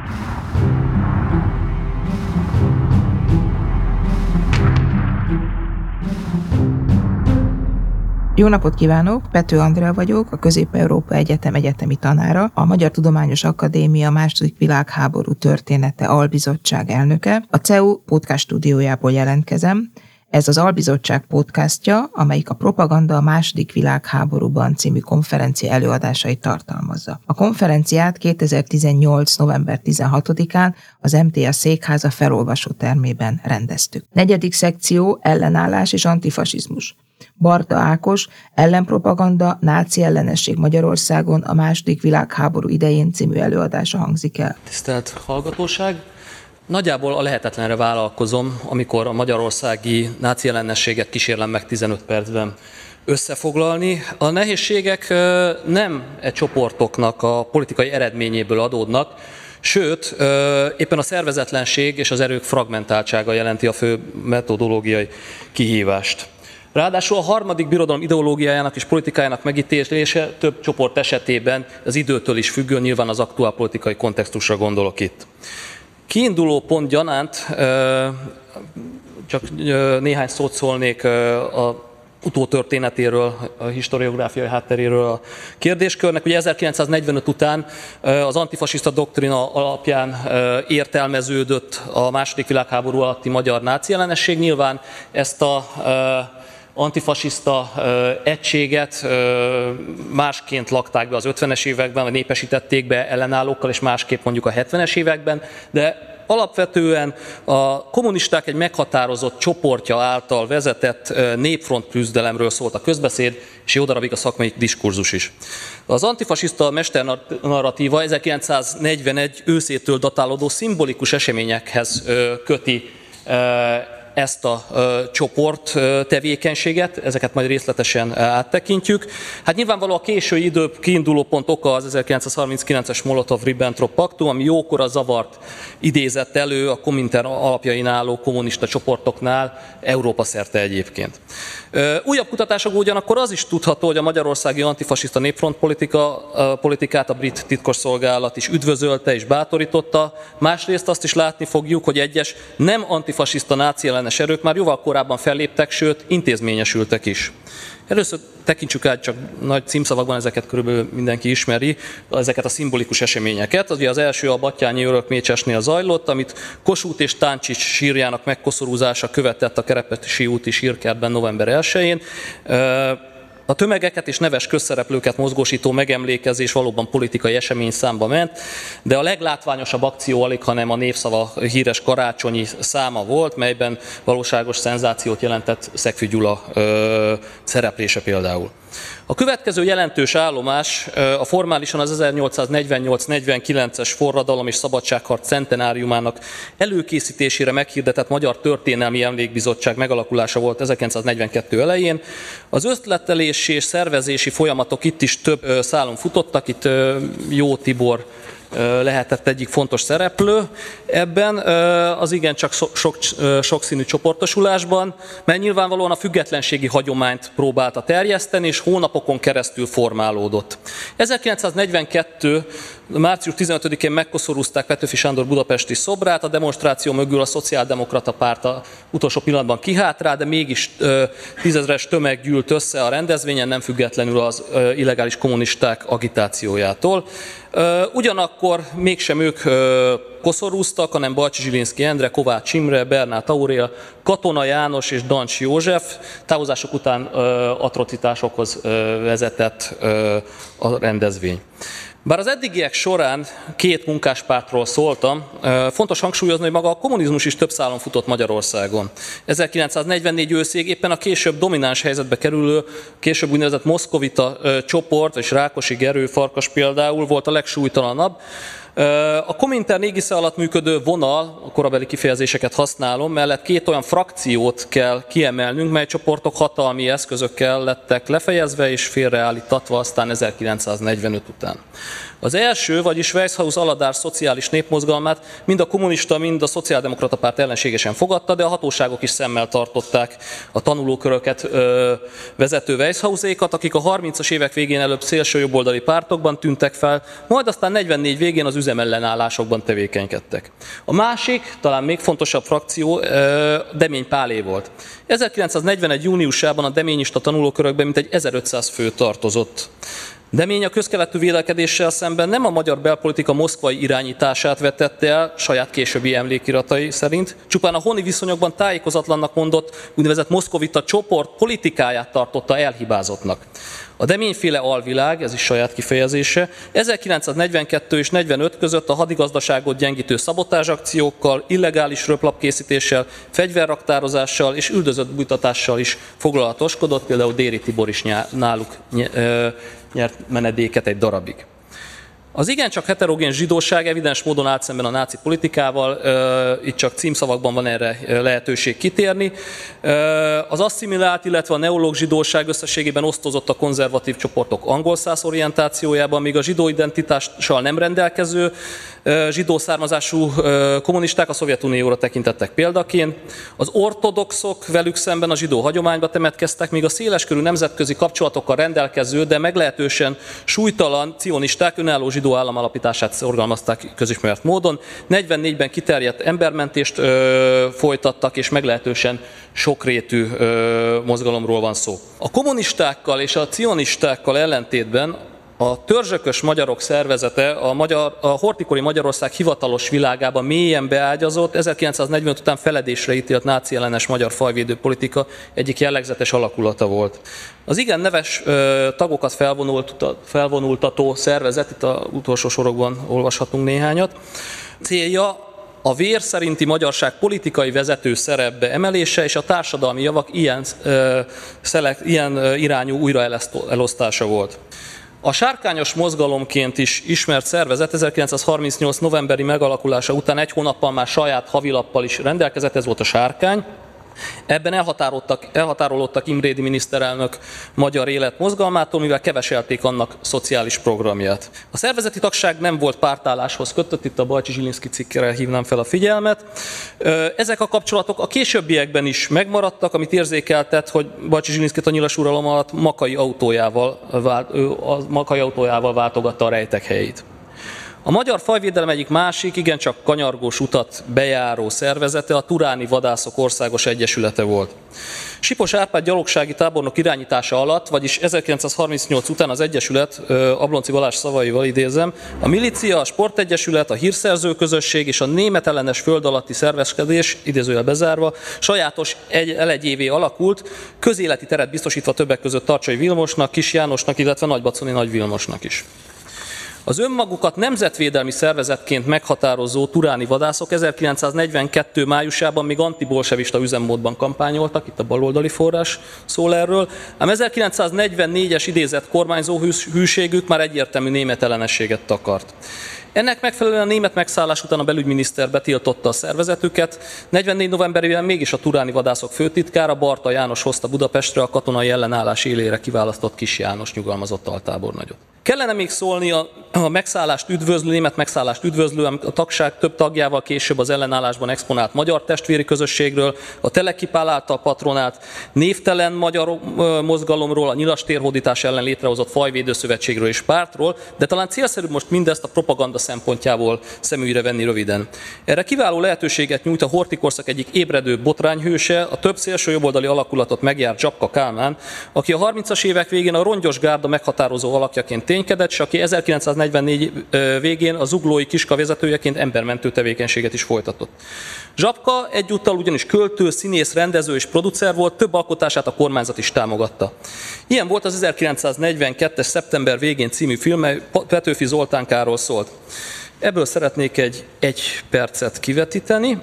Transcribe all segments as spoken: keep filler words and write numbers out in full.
Jó napot kívánok! Pető Andrea vagyok, a Közép-Európa Egyetem egyetemi tanára, a Magyar Tudományos Akadémia második világháború története albizottság elnöke. A cé e u podcast stúdiójából jelentkezem. Ez az albizottság podcastja, amelyik a Propaganda a második világháborúban című konferencia előadásait tartalmazza. A konferenciát kétezer-tizennyolc. november tizenhatodikán az em té á székháza felolvasótermében rendeztük. Negyedik szekció: ellenállás és antifasizmus. Barta Ákos, Ellenpropaganda, náci ellenesség Magyarországon a második világháború idején című előadása hangzik el. Tisztelt hallgatóság! Nagyjából a lehetetlenre vállalkozom, amikor a magyarországi náci ellenességet kísérlem meg tizenöt percben összefoglalni. A nehézségek nem e csoportoknak a politikai eredményéből adódnak, sőt, éppen a szervezetlenség és az erők fragmentáltsága jelenti a fő metodológiai kihívást. Ráadásul a harmadik birodalom ideológiájának és politikájának megítélése több csoport esetében az időtől is függő, nyilván az aktuál politikai kontextusra gondolok itt. Kiinduló pont gyanánt csak néhány szót szólnék a utótörténetéről, a historiográfiai hátteréről a kérdéskörnek. Ugye ezerkilencszáznegyvenöt után az antifasiszta doktrina alapján értelmeződött a második világháború alatti magyar náci ellenesség. Nyilván ezt a antifasiszta egységet másként lakták be az ötvenes években, vagy népesítették be ellenállókkal, és másképp mondjuk a hetvenes években, de alapvetően a kommunisták egy meghatározott csoportja által vezetett népfront küzdelemről szólt a közbeszéd, és jó darabig a szakmai diskurzus is. Az antifasiszta mesternarratíva ezerkilencszáznegyvenegy őszétől datálódó szimbolikus eseményekhez köti ezt a ö, csoport ö, tevékenységet, ezeket majd részletesen áttekintjük. Hát nyilvánvaló a késői idő kiinduló pont oka az ezerkilencszázharminckilences Molotov-Ribbentrop paktum, ami jókora zavart idézett elő a Komintern alapjain álló kommunista csoportoknál, Európa szerte egyébként. Ö, újabb kutatásokból ugyanakkor az is tudható, hogy a magyarországi antifasiszta népfront politika, politikát a brit titkosszolgálat is üdvözölte és bátorította. Másrészt azt is látni fogjuk, hogy egyes nem antifasiszta náci ellenes erők már jóval korábban felléptek, sőt intézményesültek is. Először tekintsük át, csak nagy címszavakban ezeket körülbelül mindenki ismeri, ezeket a szimbolikus eseményeket. Ugye az első a Batthyáni Örökmécsesnél zajlott, amit Kossuth és Táncsics sírjának megkoszorúzása követett a Kerepesi úti sírkertben november elsején. A tömegeket és neves közszereplőket mozgósító megemlékezés valóban politikai esemény számba ment, de a leglátványosabb akció alig, hanem a Népszava híres karácsonyi száma volt, melyben valóságos szenzációt jelentett Szegfű Gyula ö, szereplése például. A következő jelentős állomás a formálisan az ezernyolcszáznegyvennyolc negyvenkilences forradalom és szabadságharc centenáriumának előkészítésére meghirdetett Magyar Történelmi Emlékbizottság megalakulása volt ezerkilencszáznegyvenkettő elején. Az ötletelési és szervezési folyamatok itt is több szálon futottak, itt Jó Tibor lehetett egyik fontos szereplő ebben az igencsak sok, sokszínű csoportosulásban, mert nyilvánvalóan a függetlenségi hagyományt próbálta terjeszteni, és hónapokon keresztül formálódott. ezerkilencszáznegyvenkettő. március tizenötödikén megkoszorúzták Petőfi Sándor budapesti szobrát, a demonstráció mögül a Szociáldemokrata Párt a utolsó pillanatban kihátrált, de mégis tízezres tömeg gyűlt össze a rendezvényen, nem függetlenül az illegális kommunisták agitációjától. Ugyanakkor mégsem ők koszorúztak, hanem Balcsi Zsilinszky Endre, Kovács Imre, Bernát Aurél, Katona János és Dancs József távozások után atrocitásokhoz vezetett a rendezvény. Bár az eddigiek során két munkáspártról szóltam, fontos hangsúlyozni, hogy maga a kommunizmus is több szálon futott Magyarországon. ezerkilencszáznegyvennégy őszig éppen a később domináns helyzetbe kerülő, később úgynevezett moszkovita csoport, és Rákosi Gerő, Farkas például volt a legsúlytalanabb. A Komintern égisze alatt működő vonal, a korabeli kifejezéseket használom, mellett két olyan frakciót kell kiemelnünk, mely csoportok hatalmi eszközökkel lettek lefejezve és félreállítatva aztán ezerkilencszáznegyvenöt után. Az első, vagyis Weishaupt Aladár szociális népmozgalmát mind a kommunista, mind a szociáldemokrata párt ellenségesen fogadta, de a hatóságok is szemmel tartották a tanulóköröket ö, vezető Weishauptékat, akik a harmincas évek végén előbb szélső jobboldali pártokban tűntek fel, majd aztán negyvennégy végén az üzemellenállásokban tevékenykedtek. A másik, talán még fontosabb frakció ö, Demény Pálé volt. ezerkilencszáznegyvenegy júniusában a deményista tanulókörökben mintegy ezerötszáz fő tartozott. Demény a közkeletű vélekedéssel szemben nem a magyar belpolitika moszkvai irányítását vetette el, saját későbbi emlékiratai szerint, csupán a honi viszonyokban tájékozatlannak mondott úgynevezett moszkovita csoport politikáját tartotta elhibázottnak. A Deményféle alvilág, ez is saját kifejezése, ezerkilencszáznegyvenkettő és negyvenöt között a hadigazdaságot gyengítő szabotázsakciókkal, illegális röplapkészítéssel, fegyverraktározással és üldözött bújtatással is foglalatoskodott, például Déri Tibor is náluk nyert menedéket egy darabig. Az igencsak heterogén zsidóság evidens módon állt szemben a náci politikával, itt csak címszavakban van erre lehetőség kitérni. Az asszimilált, illetve a neológ zsidóság összességében osztozott a konzervatív csoportok angolszász orientációjában, míg a zsidó identitással nem rendelkező zsidó származású kommunisták a Szovjetunióra tekintettek példaként. Az ortodoxok velük szemben a zsidó hagyományba temetkeztek, míg a széleskörű nemzetközi kapcsolatokkal rendelkező, de meglehetősen súlytalan cionisták önálló zsidó államalapítását szorgalmazták közismert módon. negyvennégyben kiterjedt embermentést ö, folytattak, és meglehetősen sokrétű ö, mozgalomról van szó. A kommunistákkal és a cionistákkal ellentétben a törzsökös magyarok szervezete a, magyar, a horthy-kori Magyarország hivatalos világában mélyen beágyazott, ezerkilencszáznegyvenöt után feledésre ítélt náci ellenes magyar fajvédő politika egyik jellegzetes alakulata volt. Az igen neves ö, tagokat felvonultató szervezet, itt az utolsó sorokban olvashatunk néhányat, célja a vér szerinti magyarság politikai vezető szerepbe emelése és a társadalmi javak ilyen, ö, szelek, ilyen irányú újraelosztása volt. A sárkányos mozgalomként is ismert szervezet ezerkilencszázharmincnyolc novemberi megalakulása után egy hónappal már saját havilappal is rendelkezett, ez volt a Sárkány. Ebben elhatárolódtak, elhatárolódtak Imrédi miniszterelnök magyar életmozgalmától, mivel keveselték annak szociális programját. A szervezeti tagság nem volt pártálláshoz kötött, itt a Bajcsy-Zsilinszky cikkére hívnám fel a figyelmet. Ezek a kapcsolatok a későbbiekben is megmaradtak, amit érzékeltet, hogy Bajcsy-Zsilinszkyt a nyilas uralom alatt Makai autójával, a Makai autójával váltogatta a rejtek helyét. A magyar fajvédelem egyik másik, igencsak kanyargós utat bejáró szervezete a Turáni Vadászok Országos Egyesülete volt. Sipos Árpád gyalogsági tábornok irányítása alatt, vagyis ezerkilencszázharmincnyolc után az Egyesület, Ablonczy Balázs szavaival idézem, a milícia, a sportegyesület, a hírszerző közösség és a német ellenes föld alatti szervezkedés, idézőjel bezárva, sajátos egy, elegyévé alakult, közéleti teret biztosítva többek között Tarcsai Vilmosnak, Kis Jánosnak, illetve Nagybaconi Nagy Vilmosnak is. Az önmagukat nemzetvédelmi szervezetként meghatározó turáni vadászok ezerkilencszáznegyvenkettő májusában még antibolsevista üzemmódban kampányoltak, itt a baloldali forrás szól erről, ám ezerkilencszáznegyvennégyes idézett kormányzó hűségük már egyértelmű német ellenességet takart. Ennek megfelelően a német megszállás után a belügyminiszter betiltotta a szervezetüket, negyvennégy novemberében mégis a turáni vadászok főtitkára Barta János hozta Budapestre a katonai ellenállás élére kiválasztott Kis János nyugalmazott altábornagyot. Kellene még szólni a, a megszállást üdvözlő, német megszállást üdvözlő, a tagság több tagjával később az ellenállásban exponált magyar testvéri közösségről, a Teleki Pál által patronált névtelen magyar mozgalomról, a nyilas térhódítás ellen létrehozott fajvédőszövetségről és pártról, de talán célszerűbb most mindezt a propaganda szempontjából szemügyre venni röviden. Erre kiváló lehetőséget nyújt a horthy-korszak egyik ébredő botrányhőse, a több szélső jobboldali alakulatot megjárt Zsapka Kálmán, aki a harmincas évek végén a rongyos gárda meghatározó alakjaként ténykedett, és aki ezerkilencszáznegyvennégy végén a zuglói Kiska vezetőjeként embermentő tevékenységet is folytatott. Zsapka egyúttal ugyanis költő, színész, rendező és producer volt, több alkotását a kormányzat is támogatta. Ilyen volt az ezerkilencszáznegyvenkettes. szeptember végén című filme, Petőfi Zoltánkáról szólt. Ebből szeretnék egy egy percet kivetíteni.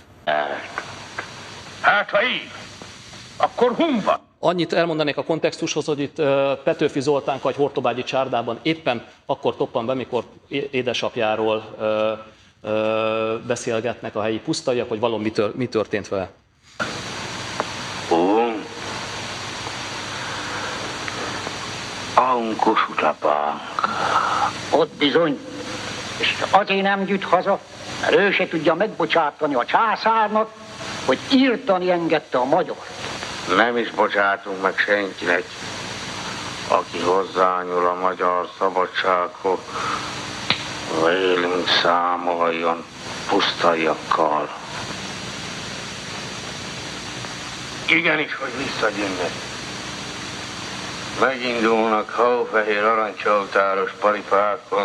Hát, ha így, akkor humba! Annyit elmondanék a kontextushoz, hogy itt Petőfi Zoltánka egy hortobágyi csárdában éppen akkor toppan be, mikor édesapjáról ö, ö, beszélgetnek a helyi pusztaiak, hogy valami tör, mi történt vele. Ó, a un cosciutapang, Ott bizony. És azért nem gyűjt haza, mert ő se tudja megbocsátani a császárnak, hogy írtani engedte a magyart. Nem is bocsátunk meg senkinek, aki hozzányúl a magyar szabadsághoz, vélünk számoljon pusztaiakkal. Igenis, hogy visszajönnek. Megindulnak hófehér aranycsautáros paripákon.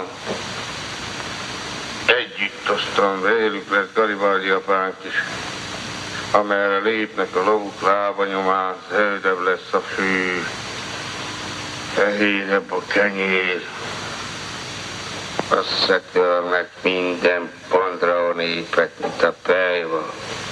Együtt aztán vélük lesz Garibaldi apánk is. Amerre lépnek a lovuk lábanyomán, zöldebb lesz a fű, fehérebb a kenyér. Összetörnek minden pontra a népet, mint a pejva.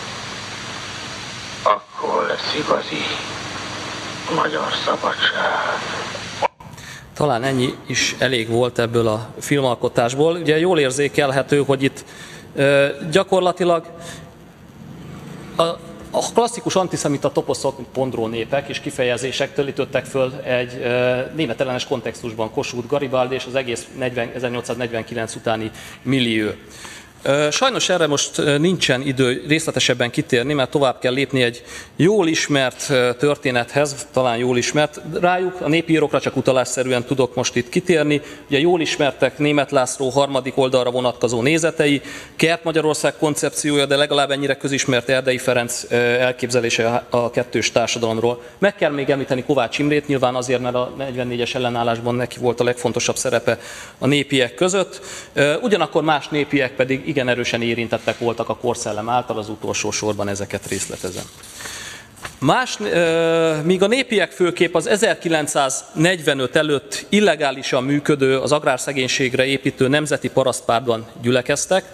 Akkor lesz igazi magyar szabadság. Talán ennyi is elég volt ebből a filmalkotásból. Ugye jól érzékelhető, hogy itt ö, gyakorlatilag a, a klasszikus antiszemita toposzok, mint pondró népek és kifejezések tölítöttek föl egy ö, németellenes kontextusban Kossuth, Garibaldi és az egész ezernyolcszáznegyvenkilenc utáni millió. Sajnos erre most nincsen idő részletesebben kitérni, mert tovább kell lépni egy jól ismert történethez, talán jól ismert rájuk, a népírókra csak utalásszerűen tudok most itt kitérni. Ugye jól ismertek Németh László harmadik oldalra vonatkozó nézetei, Kert-Magyarország koncepciója, de legalább ennyire közismert Erdei Ferenc elképzelése a kettős társadalomról. Meg kell még említeni Kovács Imrét, nyilván azért, mert a negyvennégyes ellenállásban neki volt a legfontosabb szerepe a népiek között. Ugyanakkor más népiek pedig igen erősen érintettek voltak a korszellem által, az utolsó sorban ezeket részletezem. Más, míg a népiek főkép az ezerkilencszáznegyvenöt előtt illegálisan működő, az agrárszegénységre építő nemzeti parasztpártban gyülekeztek,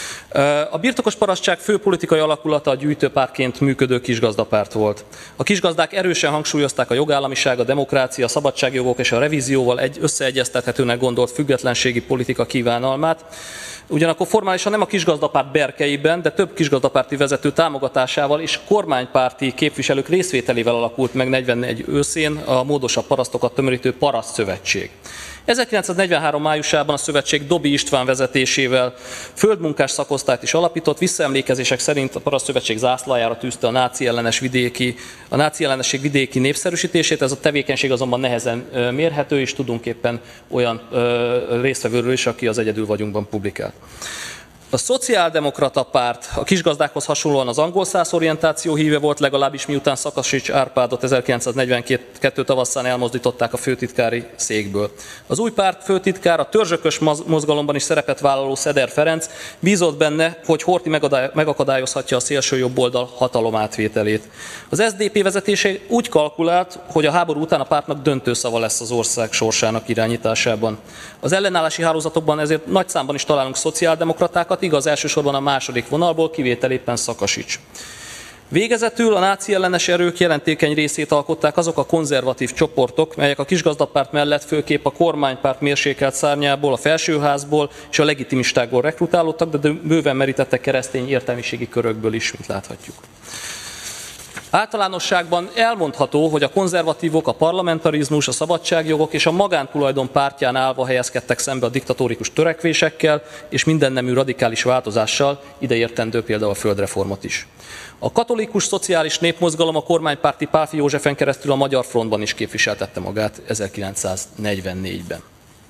a birtokos parasztság fő politikai alakulata a gyűjtőpártként működő kisgazdapárt volt. A kisgazdák erősen hangsúlyozták a jogállamiság, a demokrácia, a szabadságjogok és a revízióval egy összeegyeztethetőnek gondolt függetlenségi politika kívánalmát. Ugyanakkor formálisan nem a kisgazdapárt berkeiben, de több kisgazdapárti vezető támogatásával és kormánypárti képviselők részvételével alakult meg negyvenegy őszén a módosabb parasztokat tömörítő Parasztszövetség. ezerkilencszáznegyvenhárom májusában a szövetség Dobi István vezetésével földmunkás szakosztályt is alapított, visszaemlékezések szerint a Parasztszövetség zászlajára tűzte a náci ellenes vidéki, a náci ellenesség vidéki népszerűsítését, ez a tevékenység azonban nehezen mérhető, és tudunk éppen olyan ö, résztvevőről is, aki az Egyedül vagyunkban publikált. A szociáldemokrata párt a kisgazdákhoz hasonlóan az angol száz orientáció híve volt, legalábbis miután Szakasics Árpádot ezerkilencszáznegyvenkettő tavasszán elmozdították a főtitkári székből. Az új párt főtitkár, a törzsökös mozgalomban is szerepet vállaló Szeder Ferenc bízott benne, hogy Horthy megakadályozhatja a szélső jobboldal hatalomátvételét. Az es zé dé pé vezetése úgy kalkulált, hogy a háború után a pártnak döntő szava lesz az ország sorsának irányításában. Az ellenállási hálózatokban ezért nagy számban is találunk szociáldemokratákat, igaz elsősorban a második vonalból, kivétel éppen Szakasics. Végezetül a náci ellenes erők jelentékeny részét alkották azok a konzervatív csoportok, melyek a kisgazdapárt mellett főképp a kormánypárt mérsékelt szárnyából, a felsőházból és a legitimistákból rekrutálódtak, de bőven merítettek keresztény értelmiségi körökből is, mint láthatjuk. Általánosságban elmondható, hogy a konzervatívok, a parlamentarizmus, a szabadságjogok és a magántulajdon pártján állva helyezkedtek szembe a diktatórikus törekvésekkel és mindennemű radikális változással, ideértendő például a földreformot is. A katolikus szociális népmozgalom a kormánypárti Pálffy Józsefen keresztül a Magyar Frontban is képviseltette magát ezerkilencszáznegyvennégyben.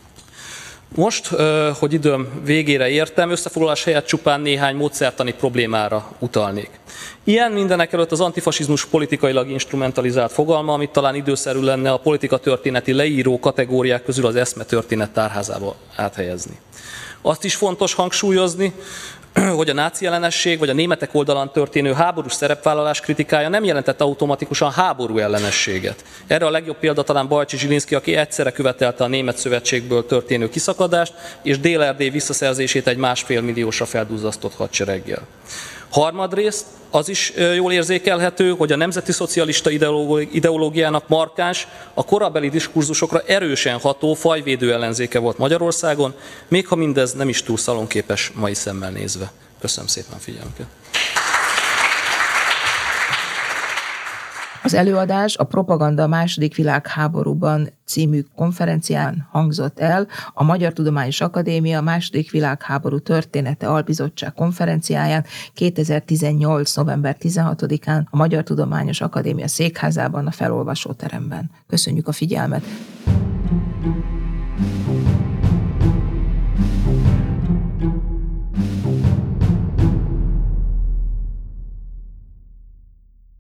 Most, hogy időm végére értem, összefoglalás helyett csupán néhány módszertani problémára utalnék. Ilyen mindenekelőtt az antifasizmus politikailag instrumentalizált fogalma, amit talán időszerű lenne a politikatörténeti leíró kategóriák közül az eszmetörténet tárházába áthelyezni. Azt is fontos hangsúlyozni, hogy a náci ellenesség vagy a németek oldalán történő háborús szerepvállalás kritikája nem jelentett automatikusan háború ellenességet. Erre a legjobb példa talán Bajcsi Zsilinszky, aki egyszerre követelte a német szövetségből történő kiszakadást és Dél-Erdély visszaszerzését egy másfél milliósra felduzzasztott hadsereggel. Harmadrészt az is jól érzékelhető, hogy a nemzeti szocialista ideológiának markáns, a korabeli diskurzusokra erősen ható fajvédő ellenzéke volt Magyarországon, még ha mindez nem is túl szalonképes mai szemmel nézve. Köszönöm szépen a figyelmüket. Az előadás a Propaganda a második világháborúban című konferencián hangzott el a Magyar Tudományos Akadémia második világháború története albizottság konferenciáján kétezer-tizennyolc. november tizenhatodikán a Magyar Tudományos Akadémia székházában, a felolvasóteremben. Köszönjük a figyelmet!